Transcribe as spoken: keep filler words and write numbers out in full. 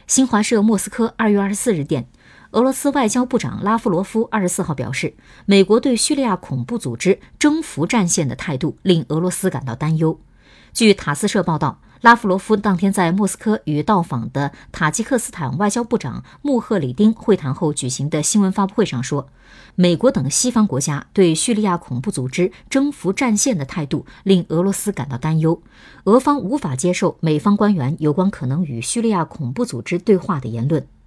新华社莫斯科二月二十四日电，俄罗斯外交部长拉夫罗夫二十四号表示，美国对叙利亚恐怖组织征服战线的态度令俄罗斯感到担忧。据塔斯社报道，拉夫罗夫当天在莫斯科与到访的塔吉克斯坦外交部长穆赫里丁会谈后举行的新闻发布会上说，美国等西方国家对叙利亚恐怖组织征服战线的态度令俄罗斯感到担忧，俄方无法接受美方官员有关可能与叙利亚恐怖组织对话的言论。